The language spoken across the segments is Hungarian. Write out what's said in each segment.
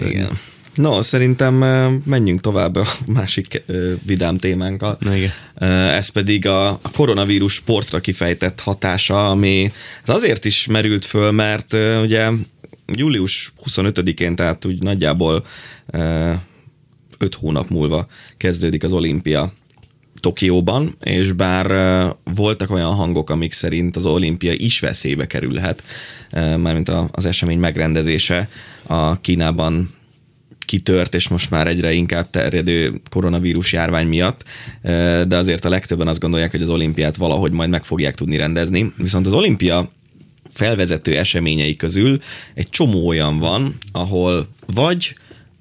Igen. No, szerintem menjünk tovább a másik vidám témánkkal. Ez pedig a koronavírus sportra kifejtett hatása, ami azért is merült föl, mert ugye július 25-én, tehát úgy nagyjából 5 hónap múlva kezdődik az olimpia Tokióban, és bár voltak olyan hangok, amik szerint az olimpia is veszélybe kerülhet, mármint az esemény megrendezése a Kínában kitört, és most már egyre inkább terjedő koronavírus járvány miatt, de azért a legtöbben azt gondolják, hogy az olimpiát valahogy majd meg fogják tudni rendezni. Viszont az olimpia felvezető eseményei közül egy csomó olyan van, ahol vagy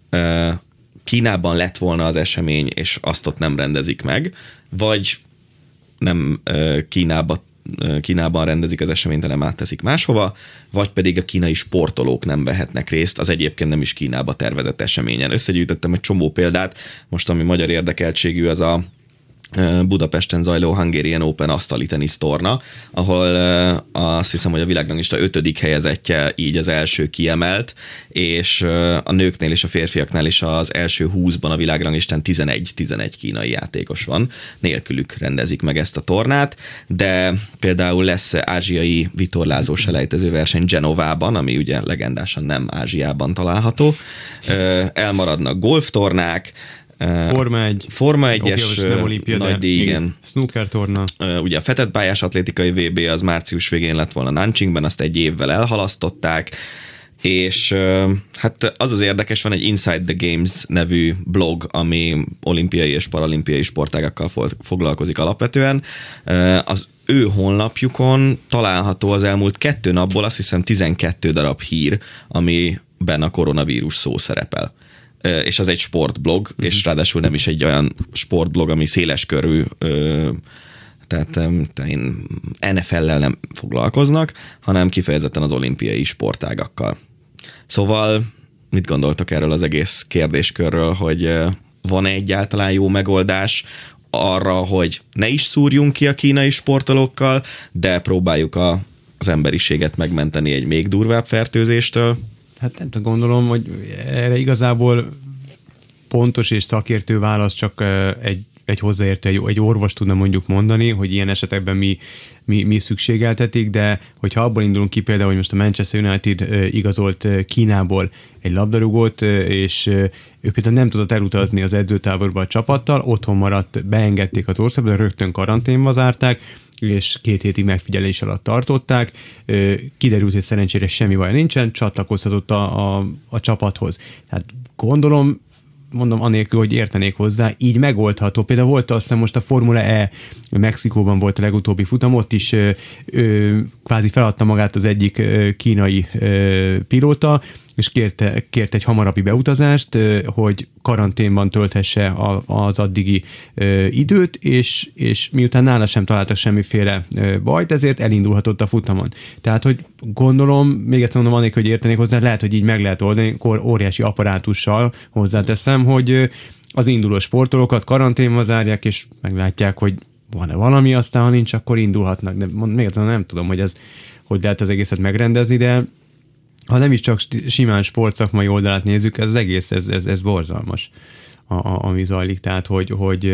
Kínában lett volna az esemény, és azt ott nem rendezik meg, vagy nem Kínában rendezik az eseményt, hanem átteszik máshova, vagy pedig a kínai sportolók nem vehetnek részt az egyébként nem is Kínába tervezett eseményen. Összegyűjtöttem egy csomó példát, most ami magyar érdekeltségű, az a Budapesten zajló Hungarian Open asztali tenisztorna, ahol azt hiszem, hogy a világranglista 5. helyezettje így az első kiemelt, és a nőknél és a férfiaknál is az első 20-ban a világranglistán 11 kínai játékos van, nélkülük rendezik meg ezt a tornát, de például lesz ázsiai vitorlázó selejtező verseny Genovában, ami ugye legendásan nem Ázsiában található, elmaradnak golftornák, Forma 1-es nagy díj, igen. Snooker torna. Ugye a fedett pályás atlétikai VB az március végén lett volna Nanjingben, azt egy évvel elhalasztották, és hát az érdekes, van egy Inside the Games nevű blog, ami olimpiai és paralimpiai sportágakkal foglalkozik alapvetően. Az ő honlapjukon található az elmúlt 2 napból azt hiszem 12 darab hír, amiben a koronavírus szó szerepel. És az egy sportblog, és ráadásul nem is egy olyan sportblog, ami széles körű, tehát NFL-lel nem foglalkoznak, hanem kifejezetten az olimpiai sportágakkal. Szóval mit gondoltok erről az egész kérdéskörről, hogy van-e egyáltalán jó megoldás arra, hogy ne is szúrjunk ki a kínai sportolókkal, de próbáljuk az emberiséget megmenteni egy még durvább fertőzéstől? Hát nem gondolom, hogy erre igazából pontos és szakértő válasz csak egy hozzáértő, egy orvos tudna mondjuk mondani, hogy ilyen esetekben mi szükségeltetik, de hogyha abból indulunk ki például, hogy most a Manchester United igazolt Kínából egy labdarúgót, és ő például nem tudott elutazni az edzőtáborba a csapattal, otthon maradt, beengedték az országba, rögtön karanténba zárták, és 2 hétig megfigyelés alatt tartották. Kiderült, hogy szerencsére semmi baj nincsen, csatlakozhatott a csapathoz. Hát gondolom, mondom, anélkül, hogy értenék hozzá, így megoldható. Például volt azt hiszem most a Formula E, Mexikóban volt a legutóbbi futam, ott is kvázi feladta magát az egyik kínai pilóta, és kért egy hamarabbi beutazást, hogy karanténban tölthesse az addigi időt, és miután nála sem találtak semmiféle bajt, ezért elindulhatott a futamon. Tehát, hogy gondolom, még egyszer mondom, anélkül, hogy értenék hozzá, lehet, hogy így meg lehet oldani, akkor óriási apparátussal hozzáteszem, hogy az induló sportolókat karanténba zárják, és meglátják, hogy van-e valami, aztán ha nincs, akkor indulhatnak. De még egyszer nem tudom, hogy lehet az egészet megrendezni, de ha nem is csak simán sportszakmai oldalát nézzük, ez az egész, ez borzalmas, ami zajlik. Tehát, hogy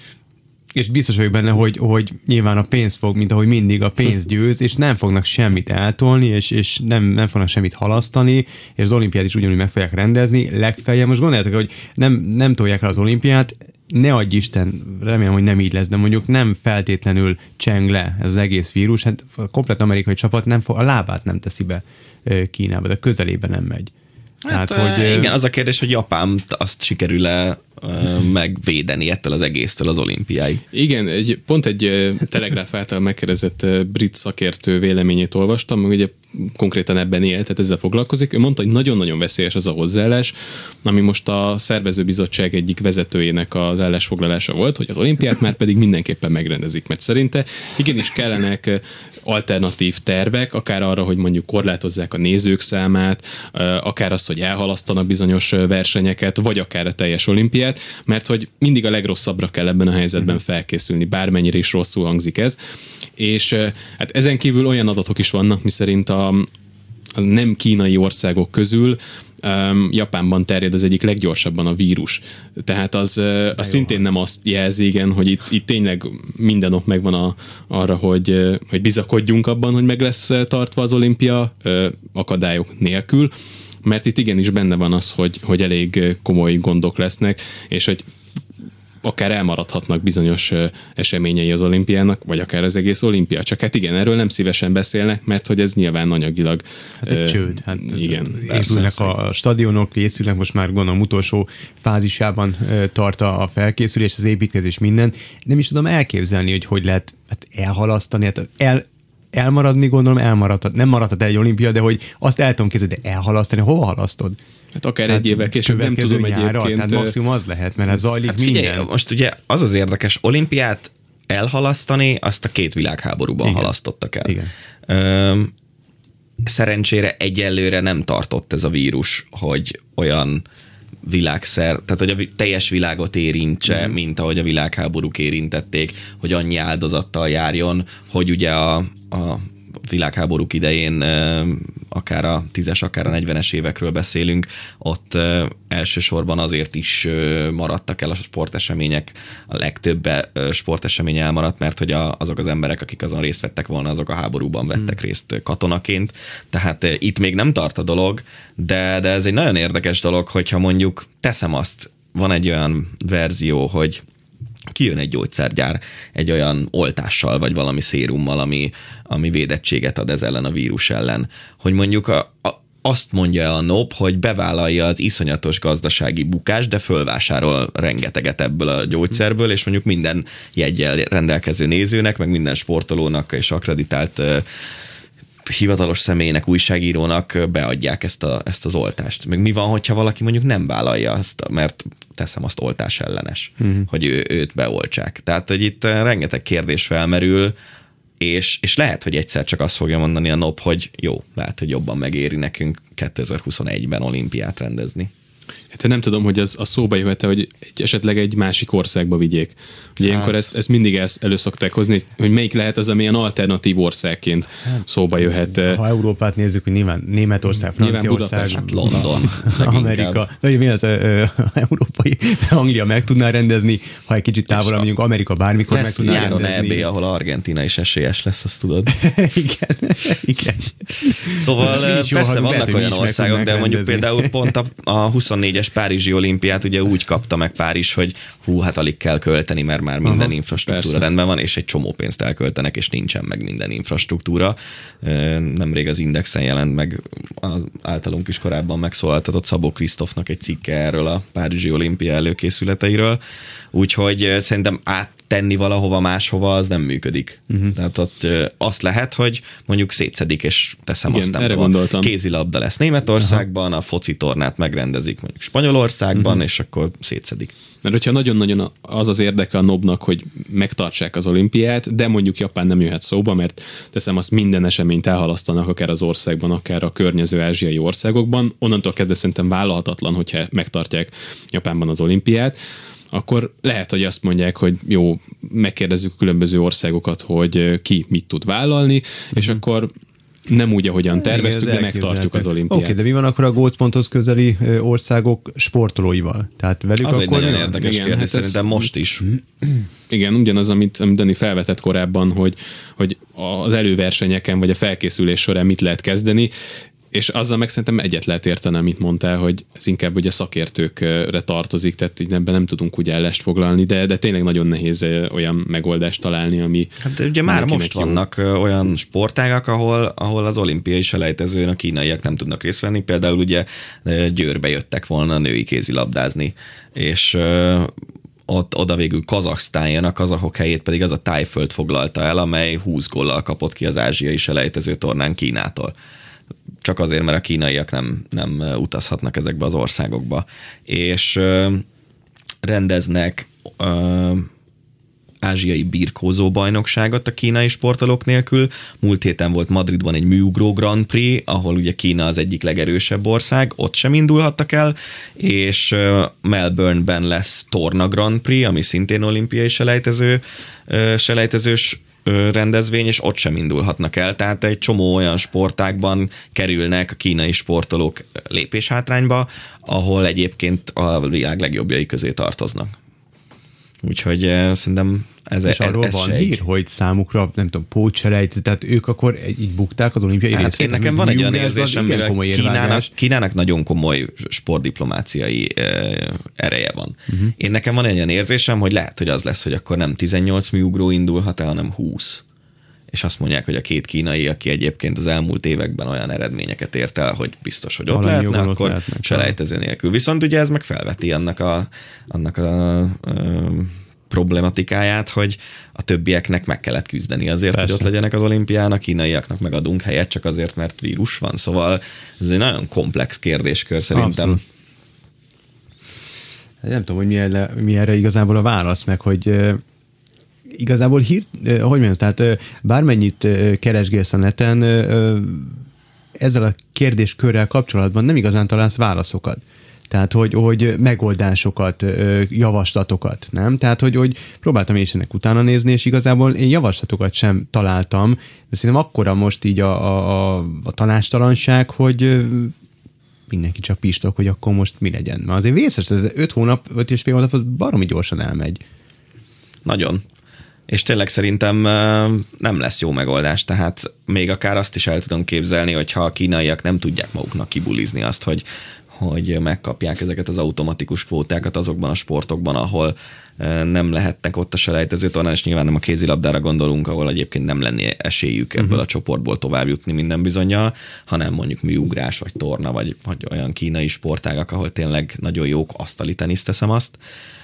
és biztos vagyok benne, hogy nyilván a pénz fog, mint ahogy mindig a pénz győz, és nem fognak semmit eltolni, és nem fognak semmit halasztani, és az olimpiát is ugyanúgy meg fogják rendezni. Legfeljebb most gondoljátok, hogy nem tolják el az olimpiát, ne adj Isten, remélem, hogy nem így lesz, de mondjuk nem feltétlenül cseng le ez az egész vírus, hát a komplet amerikai csapat a lábát nem teszi be Kínába, de közelében nem megy. Hát, hogy igen, az a kérdés, hogy Japán azt sikerül-e megvédeni ettől az egésztől az olimpiáig. Igen, pont egy Telegráf által megkérdezett brit szakértő véleményét olvastam, meg ugye konkrétan ebben él, tehát ezzel foglalkozik. Ő mondta, hogy nagyon-nagyon veszélyes az a hozzáállás, ami most a szervezőbizottság egyik vezetőjének az állásfoglalása volt, hogy az olimpiát már pedig mindenképpen megrendezik, mert szerinte igenis kellenek alternatív tervek, akár arra, hogy mondjuk korlátozzák a nézők számát, akár azt, hogy elhalasztanak bizonyos versenyeket, vagy akár a teljes olimpiát, mert hogy mindig a legrosszabbra kell ebben a helyzetben felkészülni, bármennyire is rosszul hangzik ez. És hát ezen kívül olyan adatok is vannak, miszerint a nem kínai országok közül Japánban terjed az egyik leggyorsabban a vírus. Tehát az szintén nem azt jelzi, igen, hogy itt tényleg minden ok megvan arra, hogy bizakodjunk abban, hogy meg lesz tartva az olimpia akadályok nélkül, mert itt igenis benne van az, hogy elég komoly gondok lesznek, és hogy akár elmaradhatnak bizonyos eseményei az olimpiának, vagy akár az egész olimpia. Csak hát igen, erről nem szívesen beszélnek, mert hogy ez nyilván anyagilag... Hát egy csőd. Hát igen. Épülnek a stadionok, készülnek, most már gondolom utolsó fázisában tart a felkészülés, az építkezés, minden. Nem is tudom elképzelni, hogy lehet elhalasztani, elmaradni, gondolom elmaradhat. Nem maradhat el egy olimpia, de hogy azt el tudom képzelni, de elhalasztani, hova halasztod? Hát akár egy évvel később, nem tudom nyárra, egyébként. Tehát maximum az lehet, mert ez zajlik minden. Figyelj, most ugye az érdekes, olimpiát elhalasztani, azt a 2 világháborúban halasztottak el. Igen. Szerencsére egyelőre nem tartott ez a vírus, hogy olyan tehát hogy a teljes világot érintse, mint ahogy a világháborúk érintették, hogy annyi áldozattal járjon, hogy ugye a világháborúk idején akár a 10-es, akár a 40-es évekről beszélünk, ott elsősorban azért is maradtak el a sportesemények, a legtöbb sportesemény elmaradt, mert hogy azok az emberek, akik azon részt vettek volna, azok a háborúban vettek részt katonaként, tehát itt még nem tart a dolog, de ez egy nagyon érdekes dolog, hogyha mondjuk teszem azt, van egy olyan verzió, hogy kijön egy gyógyszergyár egy olyan oltással, vagy valami szérummal, ami védettséget ad ez ellen a vírus ellen. Hogy mondjuk azt mondja a NOP, hogy bevállalja az iszonyatos gazdasági bukást, de fölvásárol rengeteget ebből a gyógyszerből, és mondjuk minden jeggyel rendelkező nézőnek, meg minden sportolónak és akkreditált hivatalos személynek, újságírónak beadják ezt az oltást. Meg mi van, hogyha valaki mondjuk nem vállalja azt, mert teszem azt oltás ellenes, hogy őt beoltsák. Tehát, hogy itt rengeteg kérdés felmerül, és lehet, hogy egyszer csak azt fogja mondani a NOP, hogy jó, lehet, hogy jobban megéri nekünk 2021-ben olimpiát rendezni. Hát nem tudom, hogy az szóba jöhet-e, hogy esetleg egy másik országba vigyék. Ugye ilyenkor ezt mindig elő szokták hozni, hogy melyik lehet az, amilyen alternatív országként szóba jöhet. Ha Európát nézzük, hogy nyilván Németország, Franciaország, hát London, Amerika, de mi az európai, Anglia meg tudná rendezni, ha egy kicsit távol mondjuk Amerika bármikor meg tudná rendezni. EB, ahol Argentina is esélyes lesz, azt tudod. Igen. Szóval persze vannak olyan országok, de mondjuk például pont a 24-es Párizsi olimpiát ugye úgy kapta meg Párizs, hogy hát alig kell költeni, mert már minden infrastruktúra rendben van, és egy csomó pénzt elköltenek, és nincsen meg minden infrastruktúra. Nemrég az Indexen jelent meg az általunk is korábban megszólaltatott Szabó Krisztófnak egy cikke erről a Párizsi olimpia előkészületeiről. Úgyhogy szerintem tenni valahova máshova, az nem működik. Tehát ott azt lehet, hogy mondjuk szétszedik, és teszem azt, a kézilabda lesz Németországban, a foci tornát megrendezik mondjuk Spanyolországban, és akkor szétszedik. Mert hogyha nagyon-nagyon az érdeke a NOB-nak, hogy megtartsák az olimpiát, de mondjuk Japán nem jöhet szóba, mert teszem azt, minden eseményt elhalasztanak akár az országban, akár a környező ázsiai országokban, onnantól kezdve szerintem vállalhatatlan, hogyha megtartják Japánban az olimpiát, akkor lehet, hogy azt mondják, hogy jó, megkérdezzük a különböző országokat, hogy ki mit tud vállalni, és akkor nem úgy, ahogyan terveztük, de megtartjuk az olimpiát. Oké, de mi van akkor a gócponthoz közeli országok sportolóival? Tehát velük az akkor egy nagyon érdekes kérdés, hát szerintem most is. Igen, ugyanaz, amit Dani felvetett korábban, hogy az előversenyeken vagy a felkészülés során mit lehet kezdeni, és azzal meg szerintem egyet lehet érteni, amit mondtál, hogy ez inkább ugye szakértőkre tartozik, tehát így ebben nem tudunk úgy állást foglalni, de tényleg nagyon nehéz olyan megoldást találni, ami... Hát ugye már most jó. Vannak olyan sportágak, ahol az olimpiai selejtezőn a kínaiak nem tudnak részt venni, például ugye Győrbe jöttek volna a női kézilabdázni, és oda végül Kazaksztán jön, a kazahok helyét pedig az a Tájföld foglalta el, amely 20 góllal kapott ki az ázsiai selejtező tornán Kínától. Csak azért, mert a kínaiak nem utazhatnak ezekbe az országokba. És rendeznek ázsiai birkózó bajnokságot a kínai sportolók nélkül. Múlt héten volt Madridban egy műugró Grand Prix, ahol ugye Kína az egyik legerősebb ország, ott sem indulhattak el, és Melbourneben lesz torna Grand Prix, ami szintén olimpiai selejtezős rendezvény, és ott sem indulhatnak el. Tehát egy csomó olyan sportágban kerülnek a kínai sportolók lépéshátrányba, ahol egyébként a világ legjobbjai közé tartoznak. Úgyhogy szerintem és arról van hír, hogy számukra, nem tudom, pótselejt, tehát ők akkor így bukták az olimpiai részt. Én nekem van egy olyan érzésem, mivel Kínának nagyon komoly sportdiplomáciai ereje van. Én nekem van egy olyan érzésem, hogy lehet, hogy az lesz, hogy akkor nem 18 műugró indulhat el, hanem 20. És azt mondják, hogy a két kínai, aki egyébként az elmúlt években olyan eredményeket ért el, hogy biztos, hogy ott lehetne, akkor selejtező nélkül. Viszont ugye ez meg felveti annak a problematikáját, hogy a többieknek meg kellett küzdeni azért, persze, hogy ott legyenek az olimpián, a kínaiaknak megadunk helyet csak azért, mert vírus van. Szóval ez egy nagyon komplex kérdéskör szerintem. Abszolút. Nem tudom, hogy mi erre igazából a válasz, meg hogy igazából hogy mondjam, tehát bármennyit keresgélsz a neten, ezzel a kérdéskörrel kapcsolatban nem igazán találsz válaszokat. Tehát, hogy megoldásokat, javaslatokat, nem? Tehát, hogy próbáltam én is ennek utána nézni, és igazából én javaslatokat sem találtam, de szerintem akkora most így a tanástalanság, hogy mindenki csak pistok, hogy akkor most mi legyen. Mert azért vészes, ez 5 és fél hónap, az baromi gyorsan elmegy. Nagyon. És tényleg szerintem nem lesz jó megoldás, tehát még akár azt is el tudom képzelni, hogyha a kínaiak nem tudják maguknak kibulizni azt, hogy megkapják ezeket az automatikus kvótákat azokban a sportokban, ahol nem lehetnek ott a selejtező tornán, és nyilván nem a kézilabdára gondolunk, ahol egyébként nem lenné esélyük ebből a csoportból tovább jutni minden bizonnyal, hanem mondjuk műugrás, vagy torna, vagy olyan kínai sportágak, ahol tényleg nagyon jók, asztali tenisz, teszem azt.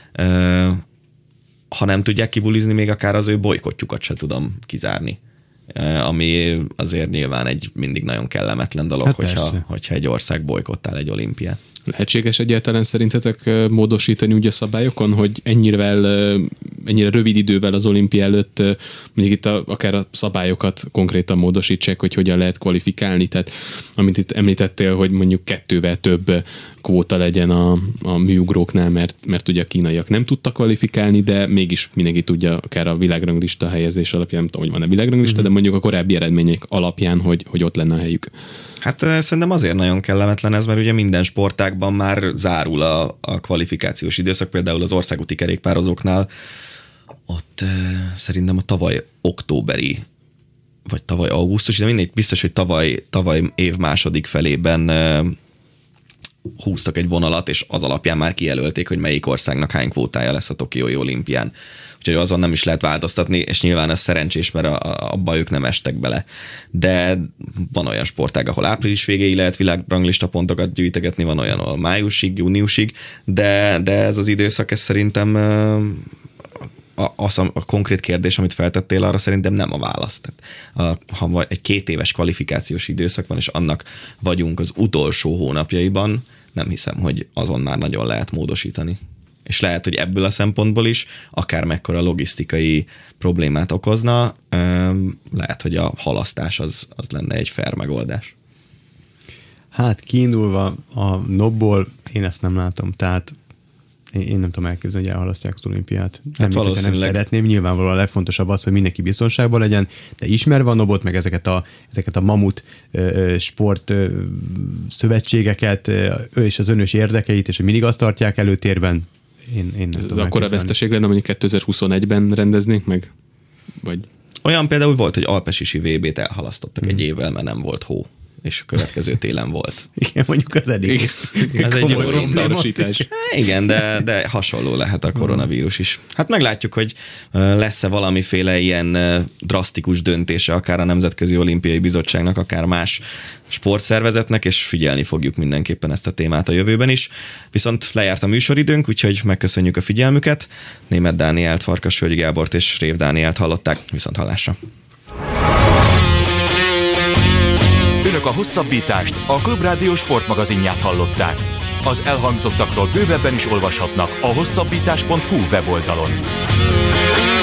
Ha nem tudják kibulizni, még akár az ő bojkottjukat se tudom kizárni. Ami azért nyilván mindig nagyon kellemetlen dolog, hogyha egy ország bojkottál egy olimpiát. Lehetséges egyáltalán szerintetek módosítani úgy a szabályokon, hogy ennyire rövid idővel az olimpia előtt mondjuk itt akár a szabályokat konkrétan módosítsák, hogy hogyan lehet kvalifikálni, tehát amit itt említettél, hogy mondjuk 2-vel több kvóta legyen a műugróknál, mert ugye a kínaiak nem tudtak kvalifikálni, de mégis mindenki tudja akár a világranglista helyezés alapján, nem tudom, hogy van a világranglista, de mondjuk a korábbi eredmények alapján, hogy ott lenne a helyük. Hát szerintem azért nagyon kellemetlen ez, mert ugye minden sportágban már zárul a kvalifikációs időszak, például az országúti kerékpározóknál ott szerintem a tavaly októberi, vagy tavaly augusztus, de mindegy, biztos, hogy tavaly év második felében húztak egy vonalat, és az alapján már kijelölték, hogy melyik országnak hány kvótája lesz a Tokiói olimpián. Úgyhogy azon nem is lehet változtatni, és nyilván ez szerencsés, mert abba ők nem estek bele. De van olyan sportág, ahol április végéig lehet világranglista pontokat gyűjtegetni, van olyan, ahol májusig, júniusig, de ez az időszak, ez szerintem a konkrét kérdés, amit feltettél, arra szerintem nem a válasz. Tehát, ha egy 2 éves kvalifikációs időszak van, és annak vagyunk az utolsó hónapjaiban, nem hiszem, hogy azon már nagyon lehet módosítani. És lehet, hogy ebből a szempontból is akár mekkora logisztikai problémát okozna, lehet, hogy a halasztás az lenne egy fair megoldás. Hát kiindulva a NOB-ból én ezt nem látom, tehát én nem tudom elképzelni, hogy elhalasztják az olimpiát. Nem, nem szeretném, nyilvánvalóan a legfontosabb az, hogy mindenki biztonságban legyen, de ismerve a NOB-ot, meg ezeket a mamut sport szövetségeket, és az önös érdekeit, és hogy mindig azt tartják előtérben, én nem tudom. Ez akkora veszteség lenne, mondjuk 2021-ben rendeznék meg? Vagy... Olyan például volt, hogy Alpesisi VB-t elhalasztottak egy évvel, mert nem volt hó, és a következő télen volt. Igen, mondjuk az elég. Ez egy rossz párosítás. Igen, de hasonló lehet a koronavírus is. Hát meglátjuk, hogy lesz-e valamiféle ilyen drasztikus döntése akár a Nemzetközi Olimpiai Bizottságnak, akár más sportszervezetnek, és figyelni fogjuk mindenképpen ezt a témát a jövőben is. Viszont lejárt a műsoridőnk, úgyhogy megköszönjük a figyelmüket. Németh Dánielt, Farkasvölgyi Gábort és Rév Dánielt hallották. Viszont hallásra. Önök a hosszabbítást, a Klubrádió sportmagazinját hallották. Az elhangzottakról bővebben is olvashatnak a hosszabbítás.hu weboldalon.